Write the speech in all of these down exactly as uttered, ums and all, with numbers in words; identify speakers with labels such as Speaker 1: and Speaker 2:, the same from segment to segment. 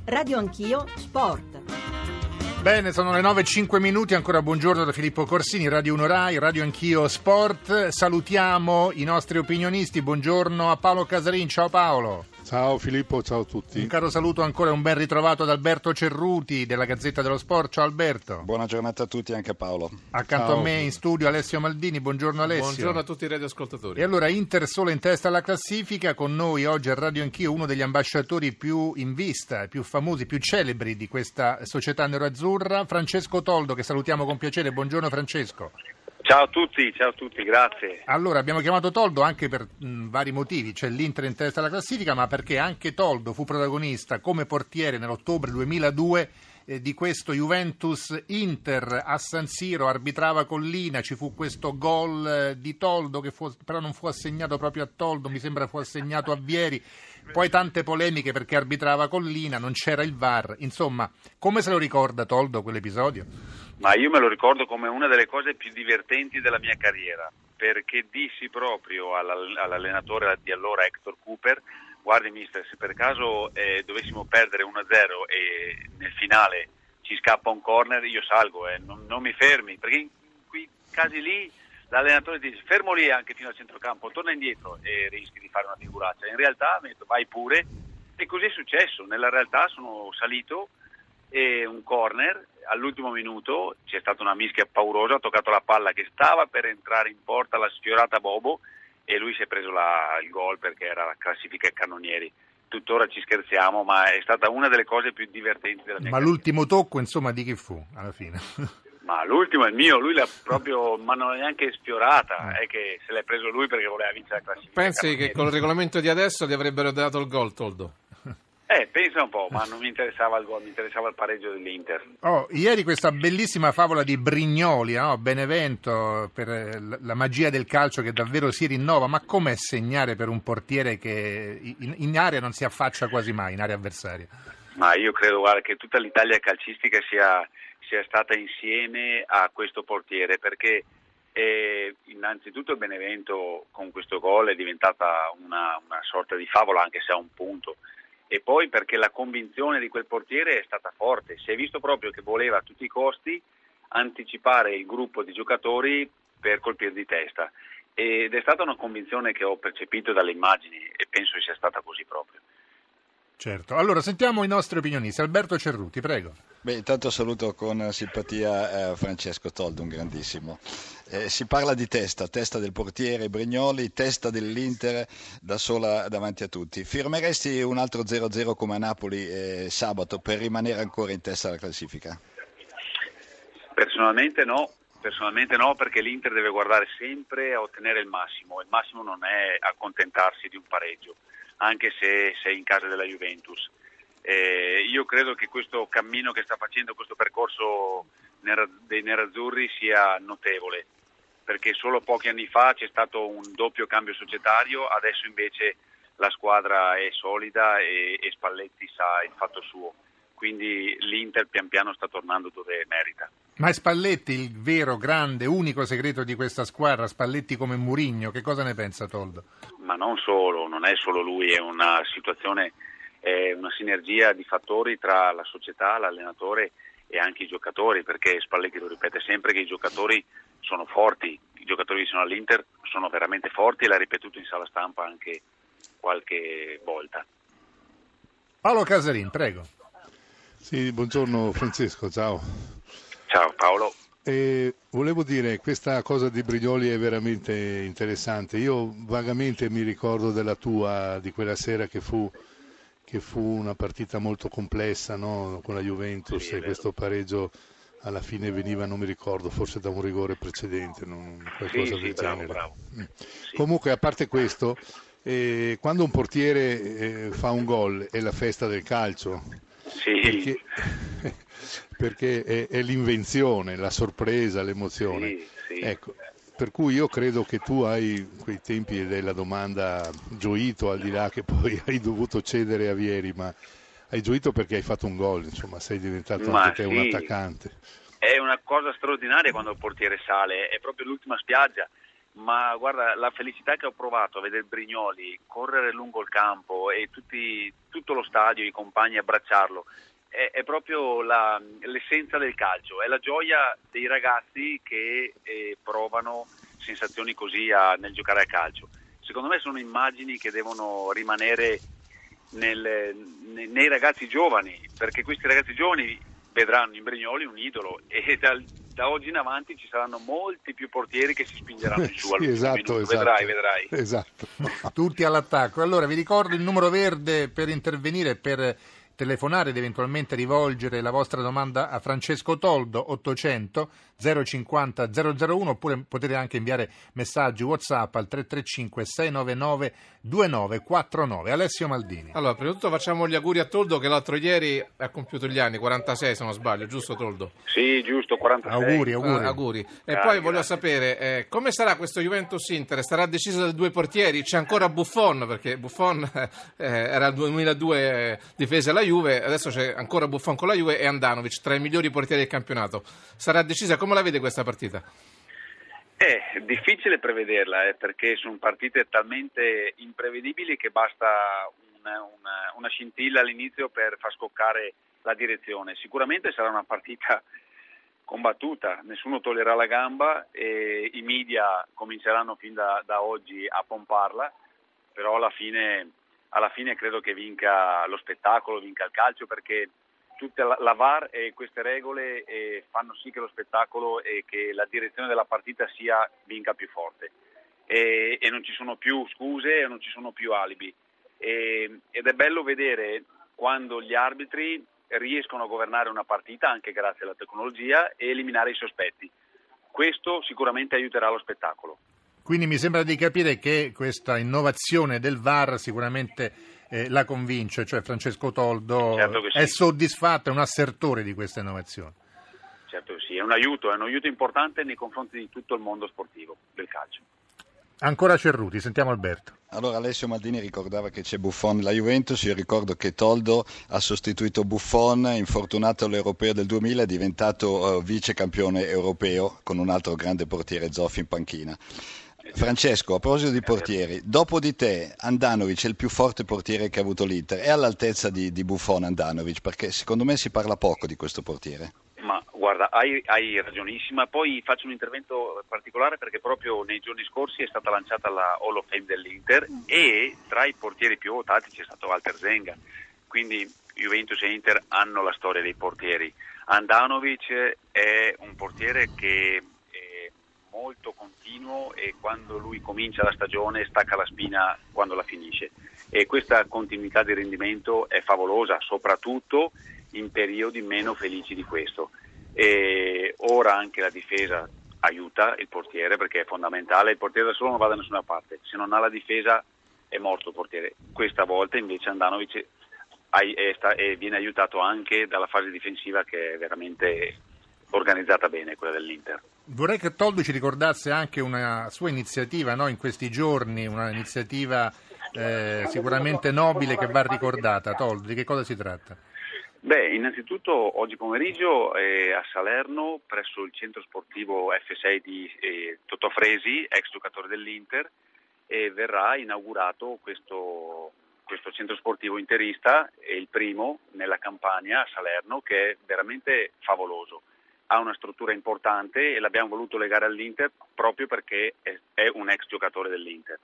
Speaker 1: Radio Anch'io Sport.
Speaker 2: Bene, sono le nove e cinque minuti, ancora buongiorno da Filippo Corsini, Radio uno Rai, Radio Anch'io Sport. Salutiamo i nostri opinionisti, buongiorno a Paolo Casarin, ciao Paolo.
Speaker 3: Ciao Filippo, ciao a tutti.
Speaker 2: Un caro saluto ancora e un ben ritrovato ad Alberto Cerruti della Gazzetta dello Sport, ciao Alberto.
Speaker 4: Buona giornata a tutti, anche a Paolo.
Speaker 2: Accanto
Speaker 3: Ciao.
Speaker 2: a me in studio Alessio Maldini, buongiorno Alessio.
Speaker 5: Buongiorno a tutti i radioascoltatori.
Speaker 2: E allora Inter solo in testa alla classifica, con noi oggi a Radio Anch'io uno degli ambasciatori più in vista, più famosi, più celebri di questa società nerazzurra, Francesco Toldo, che salutiamo con piacere. Buongiorno Francesco.
Speaker 6: Ciao a tutti, ciao a tutti, grazie.
Speaker 2: Allora, abbiamo chiamato Toldo anche per mh, vari motivi, c'è l'Inter in testa alla classifica, ma perché anche Toldo fu protagonista come portiere nell'ottobre duemiladue eh, di questo Juventus-Inter a San Siro, arbitrava Collina, ci fu questo gol eh, di Toldo che fu, però non fu assegnato proprio a Toldo, mi sembra fu assegnato a Vieri, poi tante polemiche perché arbitrava Collina, non c'era il V A R, insomma, come se lo ricorda Toldo quell'episodio?
Speaker 6: Ma io me lo ricordo come una delle cose più divertenti della mia carriera, perché dissi proprio all'allenatore di allora, Hector Cooper: guardi mister, se per caso eh, dovessimo perdere uno a zero e nel finale ci scappa un corner, io salgo, eh, non, non mi fermi, perché in quei casi lì l'allenatore dice fermo lì anche fino al centrocampo, torna indietro e rischi di fare una figuraccia. In realtà mi ha detto vai pure, e così è successo. Nella realtà sono salito e un corner all'ultimo minuto, c'è stata una mischia paurosa, ho toccato la palla che stava per entrare in porta, l'ha sfiorata Bobo e lui si è preso la, il gol perché era la classifica ai cannonieri. Tuttora ci scherziamo, ma è stata una delle cose più divertenti della mia
Speaker 2: Ma
Speaker 6: carriera.
Speaker 2: L'ultimo tocco, insomma, di chi fu alla fine?
Speaker 6: Ma l'ultimo è il mio, lui l'ha proprio, ma non è neanche sfiorata, è che se l'è preso lui perché voleva vincere la classifica.
Speaker 5: Pensi che col regolamento di adesso gli avrebbero dato il gol, Toldo?
Speaker 6: Eh, pensa un po', ma non mi interessava il gol, mi interessava il pareggio dell'Inter.
Speaker 2: Oh, ieri questa bellissima favola di Brignoli, no? Benevento, per la magia del calcio che davvero si rinnova, ma com'è segnare per un portiere che in, in area non si affaccia quasi mai, in area avversaria?
Speaker 6: Ma io credo, guarda, che tutta l'Italia calcistica sia, sia stata insieme a questo portiere, perché eh, innanzitutto il Benevento con questo gol è diventata una, una sorta di favola, anche se a un punto. E poi perché la convinzione di quel portiere è stata forte, si è visto proprio che voleva a tutti i costi anticipare il gruppo di giocatori per colpire di testa, ed è stata una convinzione che ho percepito dalle immagini e penso sia stata così proprio.
Speaker 2: Certo, allora sentiamo i nostri opinionisti. Alberto Cerruti, prego.
Speaker 4: Beh, intanto saluto con simpatia eh, Francesco Toldo, un grandissimo. Eh, si parla di testa, testa del portiere Brignoli, testa dell'Inter da sola davanti a tutti. Firmeresti un altro zero a zero come a Napoli eh, sabato per rimanere ancora in testa alla classifica?
Speaker 6: Personalmente no, personalmente no, perché l'Inter deve guardare sempre a ottenere il massimo. Il massimo non è accontentarsi di un pareggio, anche se sei in casa della Juventus. Eh, io credo che questo cammino che sta facendo, questo percorso nera, dei nerazzurri sia notevole, perché solo pochi anni fa c'è stato un doppio cambio societario, adesso invece la squadra è solida e, e Spalletti sa il fatto suo, quindi l'Inter pian piano sta tornando dove merita.
Speaker 2: Ma è Spalletti il vero, grande, unico segreto di questa squadra? Spalletti come Mourinho, che cosa ne pensa Toldo?
Speaker 6: Ma non solo, non è solo lui, è una situazione, è una sinergia di fattori tra la società, l'allenatore e anche i giocatori, perché Spalletti lo ripete sempre che i giocatori sono forti, i giocatori che sono all'Inter sono veramente forti e l'ha ripetuto in sala stampa anche qualche volta.
Speaker 2: Paolo Casarin, prego.
Speaker 3: Sì, buongiorno Francesco, ciao.
Speaker 6: Ciao Paolo.
Speaker 3: E volevo dire, questa cosa di Brignoli è veramente interessante. Io vagamente mi ricordo della tua, di quella sera che fu, che fu una partita molto complessa, no? Con la Juventus,
Speaker 6: Sì,
Speaker 3: e questo pareggio alla fine veniva, non mi ricordo, forse da un rigore precedente, non, qualcosa
Speaker 6: Sì,
Speaker 3: del
Speaker 6: sì, bravo,
Speaker 3: genere.
Speaker 6: bravo.
Speaker 3: Mm.
Speaker 6: Sì.
Speaker 3: Comunque, a parte questo, eh, quando un portiere eh, fa un gol è la festa del calcio.
Speaker 6: Sì.
Speaker 3: Perché, perché è, è l'invenzione, la sorpresa, l'emozione.
Speaker 6: Sì, sì.
Speaker 3: Ecco, per cui io credo che tu hai, quei tempi della domanda, gioito, al di là che poi hai dovuto cedere a Vieri, ma hai gioito perché hai fatto un gol, insomma, sei diventato
Speaker 6: Ma
Speaker 3: anche te
Speaker 6: sì,
Speaker 3: un attaccante.
Speaker 6: È una cosa straordinaria quando il portiere sale, è proprio l'ultima spiaggia. ma guarda, la felicità che ho provato a vedere Brignoli correre lungo il campo e tutti, tutto lo stadio, i compagni abbracciarlo, è, è proprio la, l'essenza del calcio, è la gioia dei ragazzi che eh, provano sensazioni così a, nel giocare a calcio. Secondo me sono immagini che devono rimanere nel, nei, nei ragazzi giovani, perché questi ragazzi giovani vedranno in Brignoli un idolo e da, da oggi in avanti ci saranno molti più portieri che si spingeranno in su.
Speaker 3: Sì, esatto, esatto,
Speaker 6: vedrai, vedrai.
Speaker 3: Esatto.
Speaker 2: Tutti all'attacco. Allora vi ricordo il numero verde per intervenire, per telefonare ed eventualmente rivolgere la vostra domanda a Francesco Toldo, ottocento zero cinquanta zero zero uno, oppure potete anche inviare messaggi WhatsApp al tre tre cinque sei nove nove due nove quattro nove. Alessio Maldini.
Speaker 5: Allora, prima di tutto facciamo gli auguri a Toldo che l'altro ieri ha compiuto gli anni, quarantasei se non sbaglio, giusto Toldo?
Speaker 6: Sì, giusto, quarantasei.
Speaker 2: Auguri, auguri.
Speaker 5: Ah, auguri. E
Speaker 6: Ah,
Speaker 5: poi voglio
Speaker 6: grazie.
Speaker 5: sapere, eh, come sarà questo Juventus-Inter? Sarà deciso da due portieri? C'è ancora Buffon, perché Buffon eh, era il duemiladue eh, difesa la Juve, adesso c'è ancora Buffon con la Juve e Andanovic, tra i migliori portieri del campionato. Sarà decisa, come la vede questa partita?
Speaker 6: È difficile prevederla, eh, perché sono partite talmente imprevedibili che basta una, una, una scintilla all'inizio per far scoccare la direzione. Sicuramente sarà una partita combattuta, nessuno toglierà la gamba e i media cominceranno fin da, da oggi a pomparla, però alla fine, alla fine credo che vinca lo spettacolo, vinca il calcio, perché tutta la, la V A R e queste regole eh, fanno sì che lo spettacolo e che la direzione della partita sia vinca più forte e, e non ci sono più scuse e non ci sono più alibi e, ed è bello vedere quando gli arbitri riescono a governare una partita anche grazie alla tecnologia e eliminare i sospetti. Questo sicuramente aiuterà lo spettacolo.
Speaker 2: Quindi mi sembra di capire che questa innovazione del V A R sicuramente eh, la convince, cioè Francesco Toldo
Speaker 6: Certo che sì.
Speaker 2: è soddisfatto, è un assertore di questa innovazione.
Speaker 6: Certo che sì, è un aiuto, è un aiuto importante nei confronti di tutto il mondo sportivo del calcio.
Speaker 2: Ancora Cerruti, sentiamo Alberto.
Speaker 4: Allora Alessio Maldini ricordava che c'è Buffon la Juventus, io ricordo che Toldo ha sostituito Buffon, infortunato all'Europeo del duemila, è diventato uh, vice campione europeo con un altro grande portiere, Zoffi, in panchina. Francesco, a proposito di portieri, dopo di te Andanovic è il più forte portiere che ha avuto l'Inter, è all'altezza di, di Buffon Andanovic? Perché secondo me si parla poco di questo portiere.
Speaker 6: Ma guarda, hai, hai ragionissima, poi faccio un intervento particolare perché proprio nei giorni scorsi è stata lanciata la Hall of Fame dell'Inter e tra i portieri più votati c'è stato Walter Zenga, quindi Juventus e Inter hanno la storia dei portieri. Andanovic è un portiere che è molto continuo e quando lui comincia la stagione stacca la spina quando la finisce e questa continuità di rendimento è favolosa, soprattutto in periodi meno felici di questo. E ora anche la difesa aiuta il portiere perché è fondamentale, il portiere da solo non va da nessuna parte, se non ha la difesa è morto il portiere. Questa volta invece Andanovic viene aiutato anche dalla fase difensiva che è veramente organizzata bene, quella dell'Inter.
Speaker 2: Vorrei che Toldo ci ricordasse anche una sua iniziativa, no, in questi giorni, una iniziativa eh, sicuramente nobile che va ricordata. Toldo, di che cosa si tratta?
Speaker 6: Beh, innanzitutto oggi pomeriggio eh, a Salerno, presso il centro sportivo F sei di eh, Totò Fresi, ex giocatore dell'Inter, e verrà inaugurato questo, questo centro sportivo interista, è il primo nella Campania a Salerno, che è veramente favoloso. Ha una struttura importante e l'abbiamo voluto legare all'Inter proprio perché è, è un ex giocatore dell'Inter.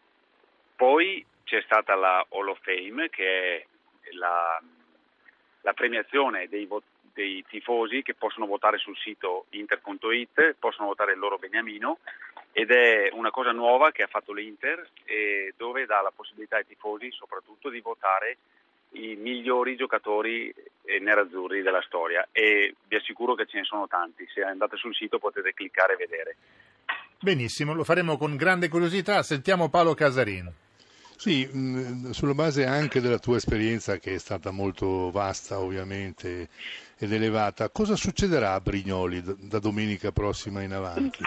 Speaker 6: Poi c'è stata la Hall of Fame, che è la... la premiazione dei, vo- dei tifosi che possono votare sul sito inter punto it, possono votare il loro beniamino ed è una cosa nuova che ha fatto l'Inter e dove dà la possibilità ai tifosi soprattutto di votare i migliori giocatori nerazzurri della storia e vi assicuro che ce ne sono tanti, se andate sul sito potete cliccare e vedere.
Speaker 2: Benissimo, lo faremo con grande curiosità, sentiamo Paolo Casarin.
Speaker 3: Sì, mh, sulla base anche della tua esperienza che è stata molto vasta ovviamente ed elevata, cosa succederà a Brignoli da, da domenica prossima in avanti?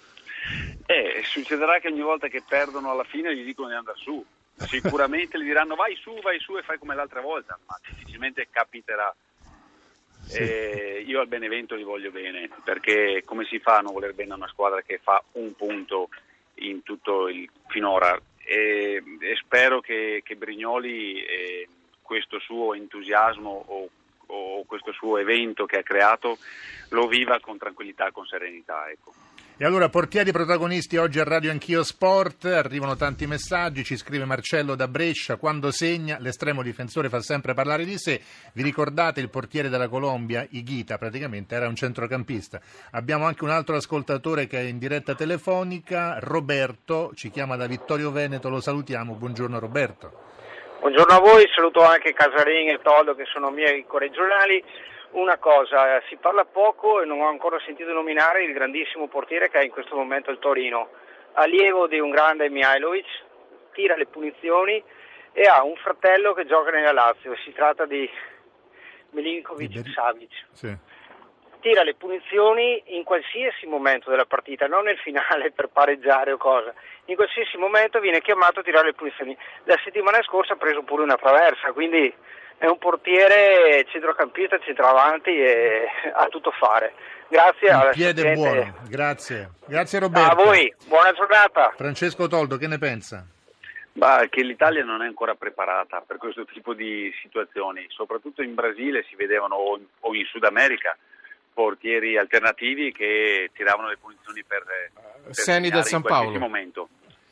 Speaker 6: Eh, succederà che ogni volta che perdono alla fine gli dicono di andare su, sicuramente gli diranno vai su, vai su e fai come l'altra volta, ma difficilmente capiterà.
Speaker 3: Sì.
Speaker 6: Eh, io al Benevento gli voglio bene, perché come si fa a non voler bene a una squadra che fa un punto in tutto il finora e, e spero che, che Brignoli eh, questo suo entusiasmo o, o questo suo evento che ha creato lo viva con tranquillità, con serenità, ecco.
Speaker 2: E allora, portieri protagonisti oggi a Radio Anch'io Sport, arrivano tanti messaggi, ci scrive Marcello da Brescia, quando segna l'estremo difensore fa sempre parlare di sé, vi ricordate il portiere della Colombia, Higuita, praticamente era un centrocampista. Abbiamo anche un altro ascoltatore che è in diretta telefonica, Roberto, ci chiama da Vittorio Veneto, lo salutiamo, buongiorno Roberto.
Speaker 7: Buongiorno a voi, saluto anche Casarin e Toldo che sono miei corregionali. Una cosa, si parla poco e non ho ancora sentito nominare il grandissimo portiere che è in questo momento il Torino, allievo di un grande Mihajlovic, tira le punizioni e ha un fratello che gioca nella Lazio, si tratta di Milinkovic-Savic.
Speaker 2: Sì.
Speaker 7: Tira le punizioni in qualsiasi momento della partita, non nel finale per pareggiare o cosa, in qualsiasi momento viene chiamato a tirare le punizioni. La settimana scorsa ha preso pure una traversa, quindi è un portiere centrocampista, centravanti e ha tutto fare. Grazie.
Speaker 2: Il piede buono, grazie. Grazie Roberto.
Speaker 7: A voi, buona giornata.
Speaker 2: Francesco Toldo, che ne pensa?
Speaker 6: Bah, che l'Italia non è ancora preparata per questo tipo di situazioni, soprattutto in Brasile si vedevano o in Sud America portieri alternativi che tiravano le punizioni per, per
Speaker 5: Seni del San Paolo.
Speaker 6: In qualsiasi momento.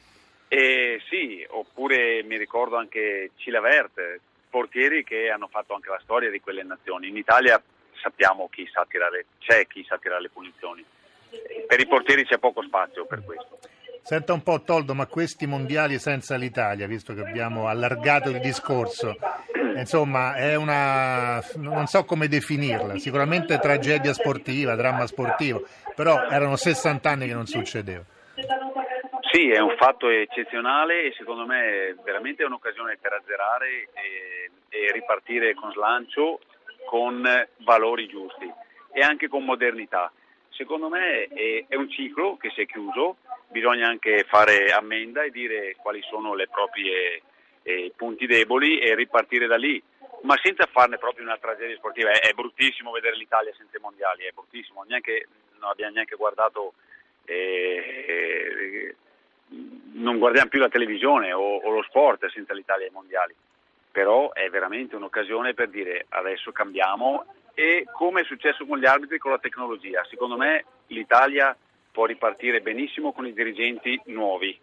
Speaker 6: E sì, oppure mi ricordo anche Chilavert, portieri che hanno fatto anche la storia di quelle nazioni. In Italia sappiamo chi sa tirare, c'è chi sa tirare le punizioni. Per i portieri c'è poco spazio per questo.
Speaker 2: Senta un po' Toldo, ma questi mondiali senza l'Italia, visto che abbiamo allargato il discorso, insomma è una, non so come definirla, sicuramente tragedia sportiva, dramma sportivo, però erano sessanta anni che non succedeva.
Speaker 6: Sì, è un fatto eccezionale e secondo me è veramente un'occasione per azzerare e, e ripartire con slancio, con valori giusti e anche con modernità. Secondo me è, è un ciclo che si è chiuso, bisogna anche fare ammenda e dire quali sono le proprie eh, punti deboli e ripartire da lì, ma senza farne proprio una tragedia sportiva. È, è bruttissimo vedere l'Italia senza i mondiali, è bruttissimo, neanche, non abbiamo neanche guardato... Eh, eh, non guardiamo più la televisione o, o lo sport senza l'Italia ai mondiali, però è veramente un'occasione per dire adesso cambiamo e come è successo con gli arbitri, con la tecnologia, secondo me l'Italia può ripartire benissimo con i dirigenti nuovi.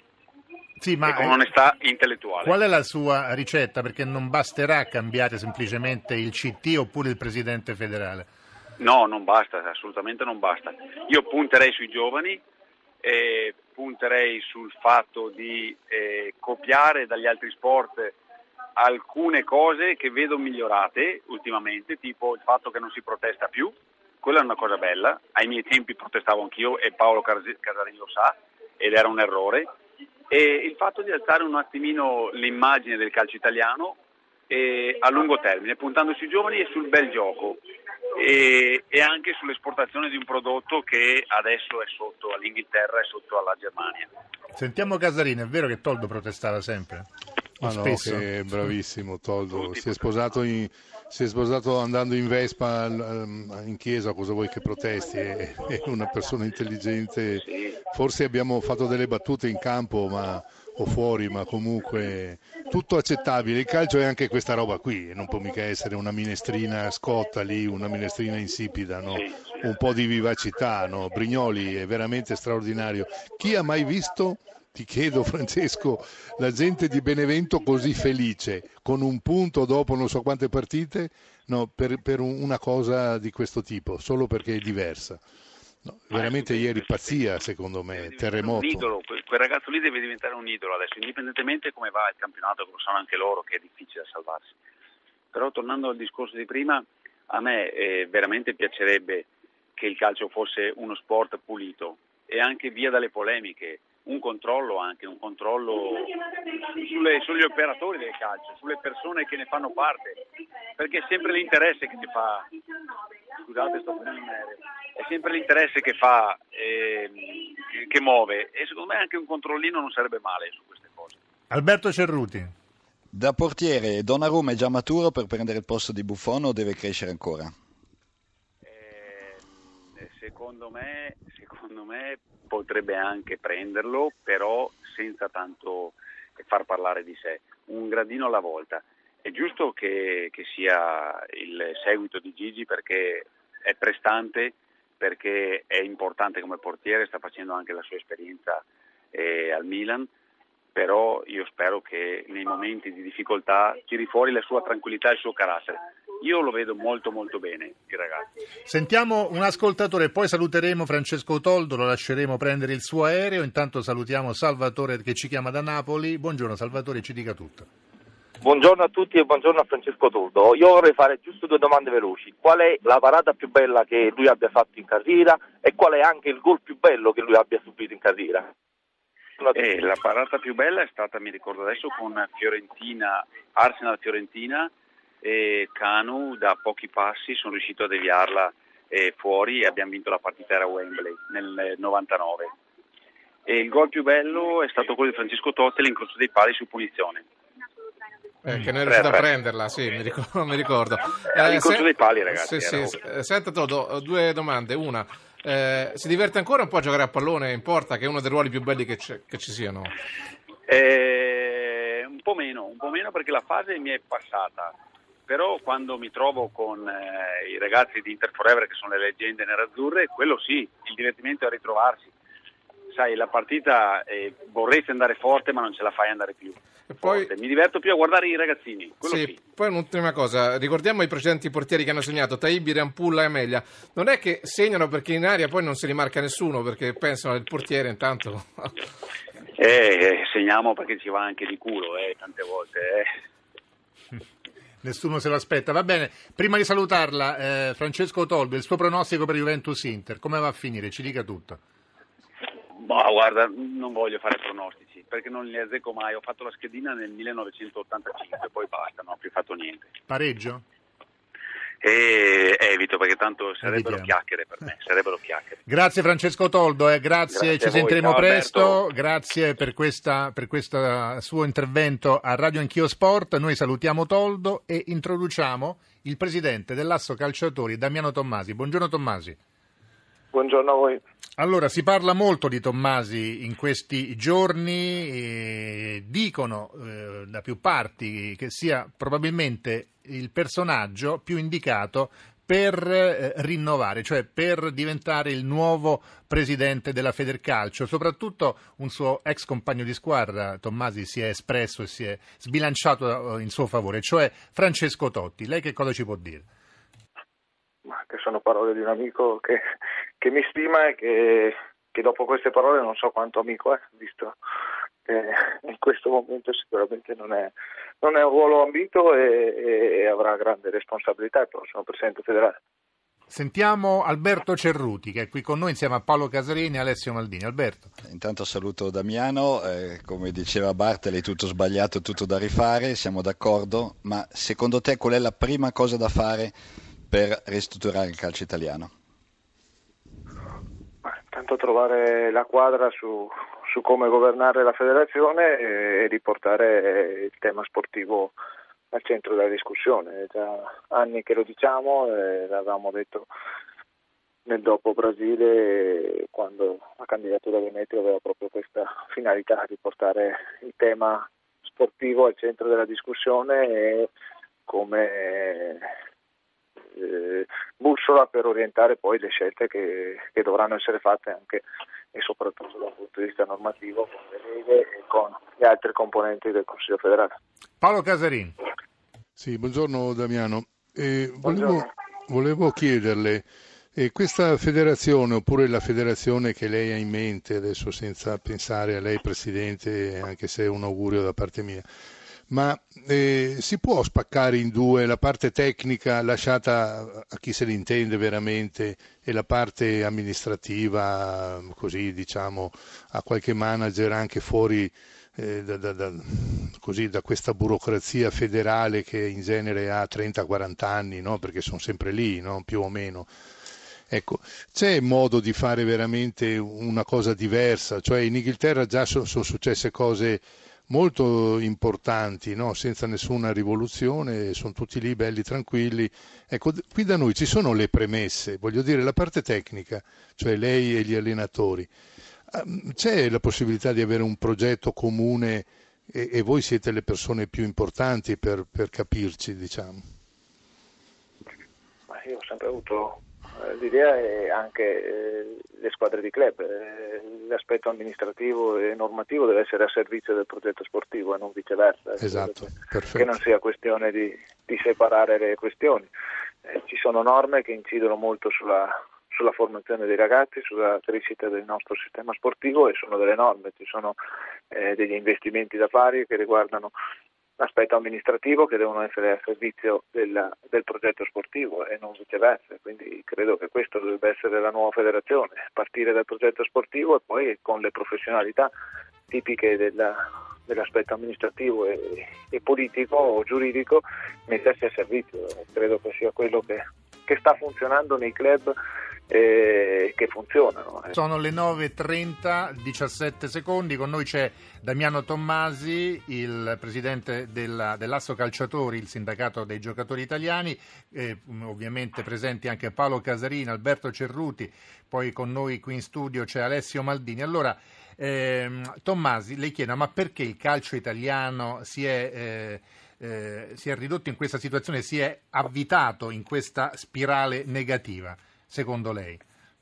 Speaker 2: Sì, ma
Speaker 6: e con onestà intellettuale.
Speaker 2: Qual è la sua ricetta? Perché non basterà cambiare semplicemente il C T oppure il presidente federale.
Speaker 6: No, non basta, assolutamente non basta. Io punterei sui giovani, eh, punterei sul fatto di eh, copiare dagli altri sport alcune cose che vedo migliorate ultimamente, tipo il fatto che non si protesta più, quella è una cosa bella, ai miei tempi protestavo anch'io e Paolo Casarin lo sa ed era un errore, e il fatto di alzare un attimino l'immagine del calcio italiano e a lungo termine, puntando sui giovani e sul bel gioco e, e anche sull'esportazione di un prodotto che adesso è sotto all'Inghilterra e sotto alla Germania.
Speaker 2: Sentiamo Casarin, è vero che Toldo protestava sempre?
Speaker 3: Ma no,
Speaker 2: spesso?
Speaker 3: che è bravissimo Toldo,
Speaker 6: Tutti
Speaker 3: si è sposato in, si è sposato andando in Vespa in chiesa, cosa vuoi che protesti? È, è una persona intelligente, forse abbiamo fatto delle battute in campo ma, o fuori, ma comunque tutto accettabile. Il calcio è anche questa roba qui, non può mica essere una minestrina scotta lì, una minestrina insipida, no? Un po' di vivacità, no? Brignoli è veramente straordinario. Chi ha mai visto, ti chiedo Francesco, la gente di Benevento così felice, con un punto dopo non so quante partite, no, per, per una cosa di questo tipo, solo perché è diversa. No, veramente ieri pazzia, secondo me, terremoto.
Speaker 6: Un idolo, quel ragazzo lì deve diventare un idolo adesso, indipendentemente come va il campionato, che lo sanno anche loro che è difficile da salvarsi. Però tornando al discorso di prima, a me eh, veramente piacerebbe che il calcio fosse uno sport pulito e anche via dalle polemiche, un controllo anche, un controllo sulle, sugli operatori del calcio, sulle persone che ne fanno parte, perché è sempre l'interesse che ti fa, scusate sto prendendo un aereo, è sempre l'interesse che fa, eh, che muove, e secondo me anche un controllino non sarebbe male su queste cose.
Speaker 2: Alberto Cerruti.
Speaker 4: Da portiere, Donnarumma è già maturo per prendere il posto di Buffon o deve crescere ancora?
Speaker 6: Eh, secondo me, secondo me potrebbe anche prenderlo, però senza tanto far parlare di sé, un gradino alla volta. È giusto che, che sia il seguito di Gigi perché è prestante, perché è importante come portiere, sta facendo anche la sua esperienza eh, al Milan, però io spero che nei momenti di difficoltà tiri fuori la sua tranquillità e il suo carattere. Io lo vedo molto molto bene, il ragazzo.
Speaker 2: Sentiamo un ascoltatore, poi saluteremo Francesco Toldo, lo lasceremo prendere il suo aereo. Intanto salutiamo Salvatore che ci chiama da Napoli. Buongiorno Salvatore, ci dica tutto.
Speaker 8: Buongiorno a tutti e buongiorno a Francesco Toldo. Io vorrei fare giusto due domande veloci. Qual è la parata più bella che lui abbia fatto in carriera e qual è anche il gol più bello che lui abbia subito in carriera?
Speaker 6: Eh, la parata più bella è stata, mi ricordo adesso, con Fiorentina, Arsenal-Fiorentina, e Canu da pochi passi sono riuscito a deviarla eh, fuori e abbiamo vinto la partita a Wembley nel novantanove. E il gol più bello è stato quello di Francesco Totti, l'incrocio dei pali su punizione.
Speaker 5: Eh, che non è riuscito a prenderla, sì, mi ricordo. Mi ricordo.
Speaker 6: Eh, l'incrocio dei pali, ragazzi.
Speaker 5: Sì, sì. Senta, Toto, due domande. Una, eh, si diverte ancora un po' a giocare a pallone in porta, che è uno dei ruoli più belli che, che ci siano?
Speaker 6: Eh, un po' meno, un po' meno perché la fase mi è passata. Però quando mi trovo con eh, i ragazzi di Inter Forever, che sono le leggende nerazzurre, quello sì, il divertimento è ritrovarsi. Sai, la partita eh, vorresti andare forte ma non ce la fai andare più
Speaker 5: e poi
Speaker 6: forte. Mi diverto più a guardare i ragazzini, quello sì,
Speaker 5: sì.
Speaker 6: sì.
Speaker 5: Poi un'ultima cosa, ricordiamo i precedenti portieri che hanno segnato, Taibi, Rampulla e Amelia. Non è che segnano perché in aria poi non si rimarca nessuno, perché pensano al portiere intanto.
Speaker 6: eh, eh, segniamo perché ci va anche di culo, eh, tante volte, eh.
Speaker 2: Nessuno se lo aspetta. Va bene, prima di salutarla, eh, Francesco Toldo, il suo pronostico per Juventus Inter, come va a finire? Ci dica tutto.
Speaker 6: Boh, guarda, non voglio fare pronostici, perché non li azzecco mai. Ho fatto la schedina nel millenovecentottantacinque, poi basta, non ho più fatto niente.
Speaker 2: Pareggio?
Speaker 6: E evito, perché tanto sarebbero
Speaker 2: Evitiamo.
Speaker 6: chiacchiere per me, sarebbero chiacchiere.
Speaker 2: Grazie Francesco Toldo, eh, grazie,
Speaker 6: Grazie
Speaker 2: ci
Speaker 6: a voi.
Speaker 2: sentiremo
Speaker 6: Ciao,
Speaker 2: presto,
Speaker 6: Alberto.
Speaker 2: grazie per questa per questo suo intervento a Radio Anch'io Sport. Noi salutiamo Toldo e introduciamo il presidente dell'Asso Calciatori, Damiano Tommasi. Buongiorno Tommasi.
Speaker 8: Buongiorno a voi.
Speaker 2: Allora, si parla molto di Tommasi in questi giorni, e dicono eh, da più parti che sia probabilmente il personaggio più indicato per eh, rinnovare, cioè per diventare il nuovo presidente della Federcalcio. Soprattutto un suo ex compagno di squadra, Tommasi, si è espresso e si è sbilanciato in suo favore, cioè Francesco Totti. Lei che cosa ci può dire?
Speaker 8: Ma che sono parole di un amico che, che mi stima e che, che dopo queste parole non so quanto amico è, visto che in questo momento sicuramente non è, non è un ruolo ambito e, e avrà grande responsabilità il prossimo presidente federale.
Speaker 2: Sentiamo Alberto Cerruti, che è qui con noi insieme a Paolo Casarini e Alessio Maldini. Alberto.
Speaker 4: Intanto saluto Damiano, eh, come diceva Bartoli, tutto sbagliato, tutto da rifare, siamo d'accordo, ma secondo te qual è la prima cosa da fare per ristrutturare il calcio italiano?
Speaker 8: Intanto trovare la quadra su, su come governare la federazione e, e riportare il tema sportivo al centro della discussione. È già anni che lo diciamo, e l'avevamo detto nel dopo Brasile, quando la candidatura di Meteo aveva proprio questa finalità di portare il tema sportivo al centro della discussione e come Eh, bussola per orientare poi le scelte che, che dovranno essere fatte anche e soprattutto dal punto di vista normativo con le leghe e con gli altri componenti del Consiglio federale.
Speaker 2: Paolo Casarini.
Speaker 3: Sì, buongiorno Damiano. Eh,
Speaker 8: Buongiorno.
Speaker 3: volevo, volevo chiederle, eh, questa federazione oppure la federazione che lei ha in mente, adesso senza pensare a lei Presidente, anche se è un augurio da parte mia, ma eh, si può spaccare in due la parte tecnica lasciata a chi se ne intende veramente e la parte amministrativa, così diciamo, a qualche manager anche fuori eh, da, da, da, così, da questa burocrazia federale che in genere ha trenta quaranta anni, no? Perché sono sempre lì, no? Più o meno. Ecco, c'è modo di fare veramente una cosa diversa? Cioè in Inghilterra già sono, sono successe cose molto importanti, no? Senza nessuna rivoluzione, sono tutti lì belli tranquilli. Ecco, qui da noi ci sono le premesse, voglio dire la parte tecnica, cioè lei e gli allenatori, c'è la possibilità di avere un progetto comune e, e voi siete le persone più importanti per, per capirci, diciamo?
Speaker 8: Ma io ho sempre avuto eh, l'idea e anche eh, le squadre di club, eh, l'aspetto amministrativo e normativo deve essere a servizio del progetto sportivo e non viceversa.
Speaker 3: Esatto,
Speaker 8: che,
Speaker 3: perfetto.
Speaker 8: Che non sia questione di, di separare le questioni. Eh, ci sono norme che incidono molto sulla, sulla formazione dei ragazzi, sulla crescita del nostro sistema sportivo e sono delle norme, ci sono eh, degli investimenti da fare che riguardano l'aspetto amministrativo che devono essere a servizio del, del progetto sportivo e non viceversa, quindi credo che questo dovrebbe essere la nuova federazione, partire dal progetto sportivo e poi con le professionalità tipiche della, dell'aspetto amministrativo e, e politico o giuridico mettersi a servizio. Credo che sia quello che, che sta funzionando nei club e che funzionano.
Speaker 2: Sono le nove e trenta, diciassette secondi, con noi c'è Damiano Tommasi, il presidente della, dell'Asso Calciatori, il sindacato dei giocatori italiani, eh, ovviamente presenti anche Paolo Casarin, Alberto Cerruti, poi con noi qui in studio c'è Alessio Maldini. Allora, ehm, Tommasi, le chiedo, ma perché il calcio italiano si è... Eh, eh, si è ridotto in questa situazione, si è avvitato in questa spirale negativa, secondo lei?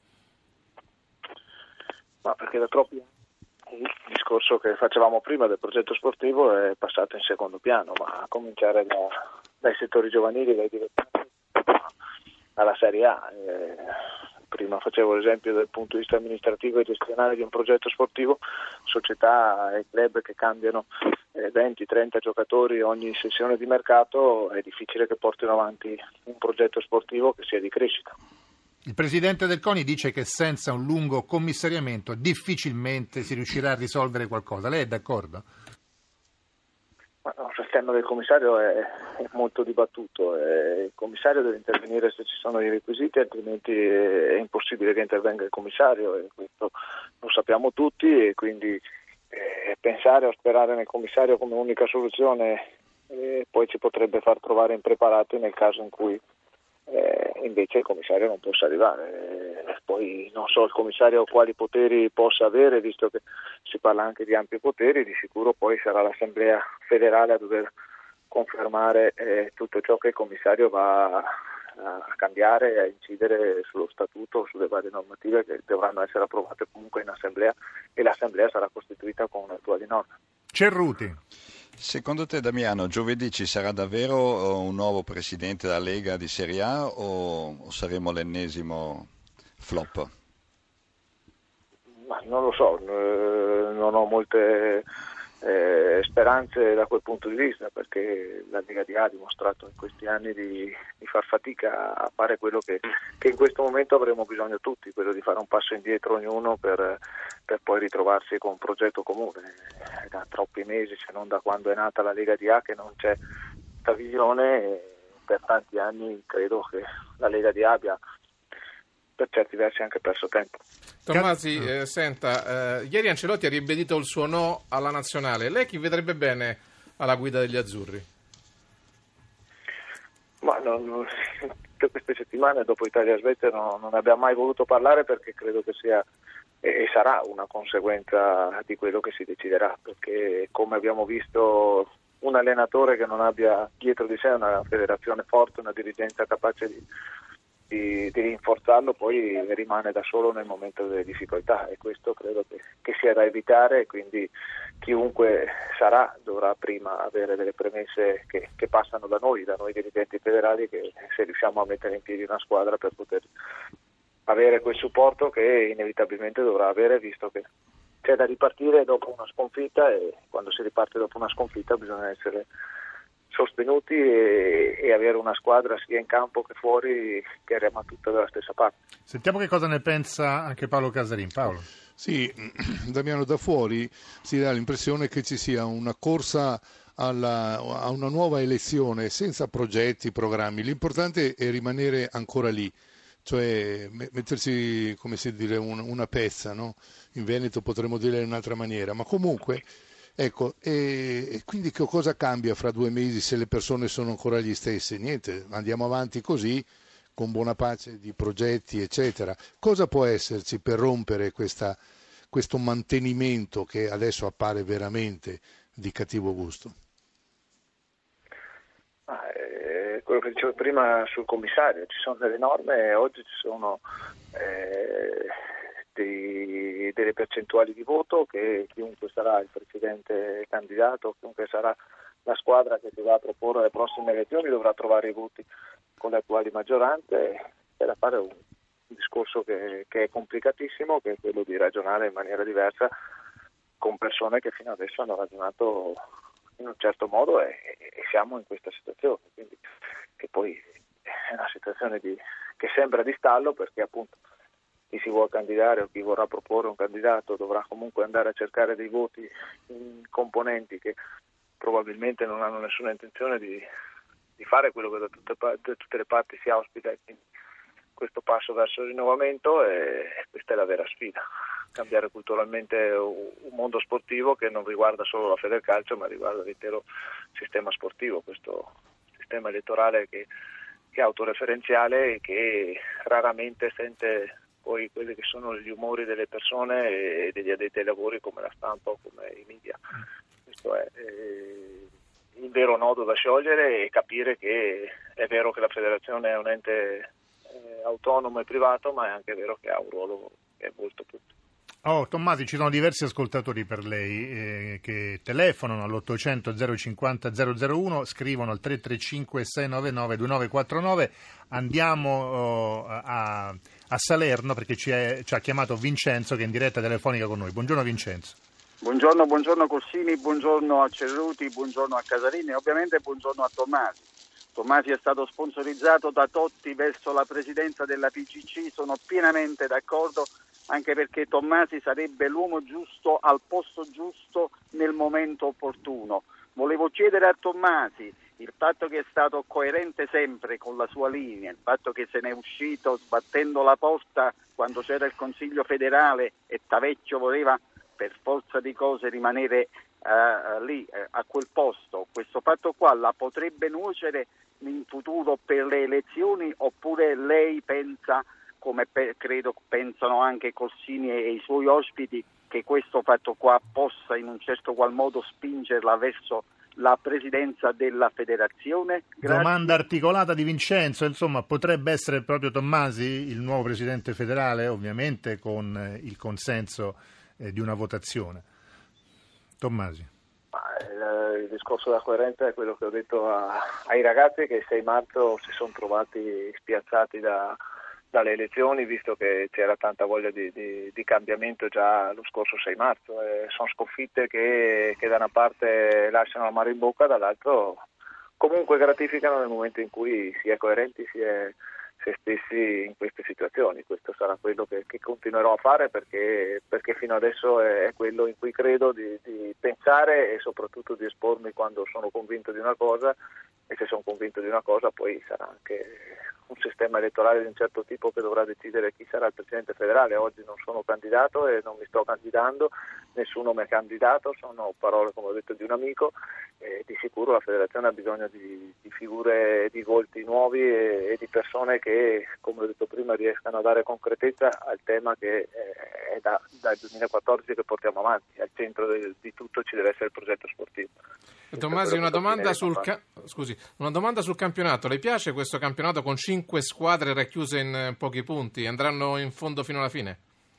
Speaker 8: Ma perché da troppi anni il discorso che facevamo prima del progetto sportivo è passato in secondo piano, ma a cominciare da, dai settori giovanili, dai dilettanti alla Serie A. Eh, prima facevo l'esempio dal punto di vista amministrativo e gestionale di un progetto sportivo, società e club che cambiano eh, venti trenta giocatori ogni sessione di mercato, è difficile che portino avanti un progetto sportivo che sia di crescita.
Speaker 2: Il presidente del CONI dice che senza un lungo commissariamento difficilmente si riuscirà a risolvere qualcosa. Lei è d'accordo?
Speaker 8: Ma no, il tema del commissario è, è molto dibattuto. Il commissario deve intervenire se ci sono i requisiti, altrimenti è impossibile che intervenga il commissario, e questo lo sappiamo tutti, e quindi eh, pensare o sperare nel commissario come unica soluzione eh, poi ci potrebbe far trovare impreparati nel caso in cui Eh, invece il commissario non possa arrivare. Eh, poi non so il commissario quali poteri possa avere, visto che si parla anche di ampi poteri, di sicuro poi sarà l'Assemblea federale a dover confermare eh, tutto ciò che il commissario va a, a cambiare e a incidere sullo statuto, sulle varie normative che dovranno essere approvate comunque in Assemblea, e l'Assemblea sarà costituita con le attuali norme.
Speaker 2: Cerruti.
Speaker 4: Secondo te, Damiano, giovedì ci sarà davvero un nuovo presidente della Lega di Serie A o, o saremo l'ennesimo flop?
Speaker 8: Ma non lo so, eh, non ho molte eh, speranze da quel punto di vista, perché la Lega di A ha dimostrato in questi anni di, di far fatica a fare quello che, che in questo momento avremo bisogno tutti, quello di fare un passo indietro ognuno per, per poi ritrovarsi con un progetto comune. È da troppi mesi, se non da quando è nata la Lega di A, che non c'è questa visione, e per tanti anni credo che la Lega di A abbia per certi versi anche perso tempo.
Speaker 5: Tommasi, eh, senta, eh, ieri Ancelotti ha ribadito il suo no alla nazionale. Lei chi vedrebbe bene alla guida degli azzurri?
Speaker 8: Ma non, non, tutte queste settimane dopo Italia-Svezia non, non ne abbiamo mai voluto parlare, perché credo che sia e sarà una conseguenza di quello che si deciderà, perché come abbiamo visto un allenatore che non abbia dietro di sé una federazione forte, una dirigenza capace di, di, di rinforzarlo, poi rimane da solo nel momento delle difficoltà, e questo credo che, che sia da evitare. Quindi chiunque sarà dovrà prima avere delle premesse che, che passano da noi, da noi dirigenti federali, che se riusciamo a mettere in piedi una squadra per poter avere quel supporto che inevitabilmente dovrà avere, visto che c'è da ripartire dopo una sconfitta, e quando si riparte dopo una sconfitta bisogna essere sostenuti e, e avere una squadra sia in campo che fuori che rema tutta dalla stessa parte.
Speaker 2: Sentiamo che cosa ne pensa anche Paolo Casarin. Paolo.
Speaker 3: Sì, Damiano, da fuori si dà l'impressione che ci sia una corsa alla, a una nuova elezione senza progetti, programmi. L'importante è rimanere ancora lì, cioè mettersi, come si dire, un, una pezza, no? In Veneto potremmo dire in un'altra maniera, ma comunque, ecco, e, e quindi che cosa cambia fra due mesi se le persone sono ancora gli stesse? Niente, andiamo avanti così, con buona pace di progetti, eccetera. Cosa può esserci per rompere questa, questo mantenimento che adesso appare veramente di cattivo gusto?
Speaker 8: Ah, eh, quello che dicevo prima sul commissario, ci sono delle norme e oggi ci sono eh, dei, delle percentuali di voto che chiunque sarà il presidente candidato, chiunque sarà la squadra che si va a proporre alle prossime elezioni dovrà trovare i voti con le attuali maggioranze. C'è da fare un, un discorso che, che è complicatissimo, che è quello di ragionare in maniera diversa con persone che fino adesso hanno ragionato in un certo modo e, e siamo in questa situazione, quindi che poi è una situazione di, che sembra di stallo, perché appunto chi si vuole candidare o chi vorrà proporre un candidato dovrà comunque andare a cercare dei voti in componenti che probabilmente non hanno nessuna intenzione di, di fare quello che da tutte, da tutte le parti si auspica, e quindi questo passo verso il rinnovamento e questa è la vera sfida. Cambiare culturalmente un mondo sportivo che non riguarda solo la Federcalcio ma riguarda l'intero sistema sportivo, questo sistema elettorale che, che è autoreferenziale e che raramente sente poi quelli che sono gli umori delle persone e degli addetti ai lavori come la stampa o come i media. Questo è eh, il vero nodo da sciogliere e capire che è vero che la federazione è un ente eh, autonomo e privato, ma è anche vero che ha un ruolo che è molto più.
Speaker 2: Oh, Tommasi, ci sono diversi ascoltatori per lei eh, che telefonano all'ottocento zero cinquanta zero zero uno, scrivono al tre tre cinque sei nove nove due nove quattro nove. Andiamo oh, a, a Salerno perché ci, è, ci ha chiamato Vincenzo che è in diretta telefonica con noi. Buongiorno Vincenzo.
Speaker 9: Buongiorno, buongiorno Corsini, buongiorno a Cerruti, buongiorno a Casarini e ovviamente buongiorno a Tommasi. Tommasi è stato sponsorizzato da Totti verso la presidenza della P C C, sono pienamente d'accordo, anche perché Tommasi sarebbe l'uomo giusto al posto giusto nel momento opportuno. Volevo chiedere a Tommasi il fatto che è stato coerente sempre con la sua linea, il fatto che se n'è uscito sbattendo la porta quando c'era il Consiglio federale e Tavecchio voleva per forza di cose rimanere uh, lì uh, a quel posto, questo fatto qua la potrebbe nuocere in futuro per le elezioni, oppure lei pensa, come pe- credo pensano anche Corsini e, e i suoi ospiti, che questo fatto qua possa in un certo qual modo spingerla verso la presidenza della federazione? Grazie.
Speaker 2: Domanda articolata di Vincenzo, insomma potrebbe essere proprio Tommasi il nuovo presidente federale, ovviamente con eh, il consenso eh, di una votazione. Tommasi.
Speaker 8: Il, il discorso della coerenza è quello che ho detto a, ai ragazzi che il sei marzo si sono trovati spiazzati da, dalle elezioni, visto che c'era tanta voglia di, di, di cambiamento già lo scorso sei marzo. E sono sconfitte che, che da una parte lasciano l'amaro in bocca, dall'altro comunque gratificano nel momento in cui si è coerenti, si è se stessi in queste situazioni. Questo sarà quello che, che continuerò a fare perché, perché fino adesso è, è quello in cui credo di, di pensare e soprattutto di espormi quando sono convinto di una cosa, e se sono convinto di una cosa poi sarà anche un sistema elettorale di un certo tipo che dovrà decidere chi sarà il presidente federale. Oggi non sono candidato e non mi sto candidando, nessuno mi ha candidato, sono parole come ho detto di un amico, e di sicuro la federazione ha bisogno di, di figure, di volti nuovi e, e di persone che, come ho detto prima, riescano a dare concretezza al tema che è da, dal duemilaquattordici che portiamo avanti. Al centro del, di tutto ci deve essere il progetto sportivo.
Speaker 5: Tommasi, una domanda, sul ca- scusi, una domanda sul campionato. Le piace questo campionato con cinque squadre racchiuse in pochi punti? Andranno in fondo fino alla fine?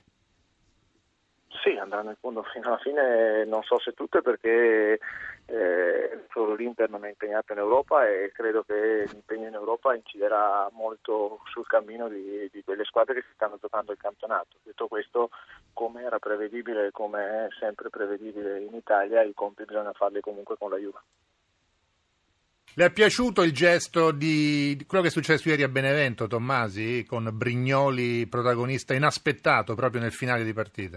Speaker 8: Sì, andranno in fondo fino alla fine, non so se tutte, perché eh, solo l'Inter non è impegnato in Europa e credo che l'impegno in Europa inciderà molto sul cammino di, di quelle squadre che si stanno giocando il campionato. Detto questo, come era prevedibile e come è sempre prevedibile in Italia, i conti bisogna farli comunque con la Juve.
Speaker 2: Le è piaciuto il gesto di quello che è successo ieri a Benevento, Tommasi, con Brignoli protagonista inaspettato proprio nel finale di partita?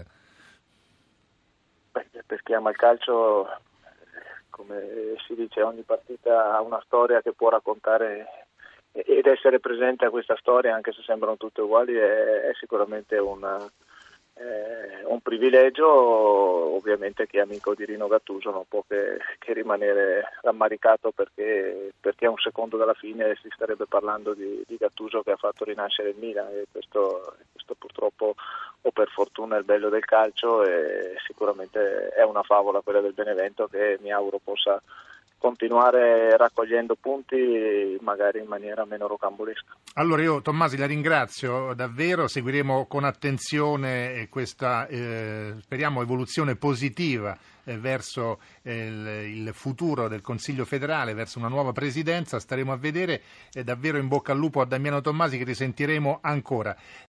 Speaker 8: Per chi ama il calcio, come si dice, ogni partita ha una storia che può raccontare, ed essere presente a questa storia, anche se sembrano tutte uguali, è, è sicuramente una, eh, un privilegio. Ovviamente chi è amico di Rino Gattuso non può che, che rimanere rammaricato perché, perché a un secondo dalla fine si starebbe parlando di, di Gattuso che ha fatto rinascere il Milan, e questo, questo purtroppo o per fortuna è il bello del calcio, e sicuramente è una favola quella del Benevento che mi auguro possa continuare raccogliendo punti magari in maniera meno rocambolesca.
Speaker 2: Allora io Tommasi la ringrazio davvero, seguiremo con attenzione questa eh, speriamo evoluzione positiva eh, verso eh, il, il futuro del Consiglio federale, verso una nuova presidenza, staremo a vedere, eh, davvero in bocca al lupo a Damiano Tommasi che risentiremo ancora.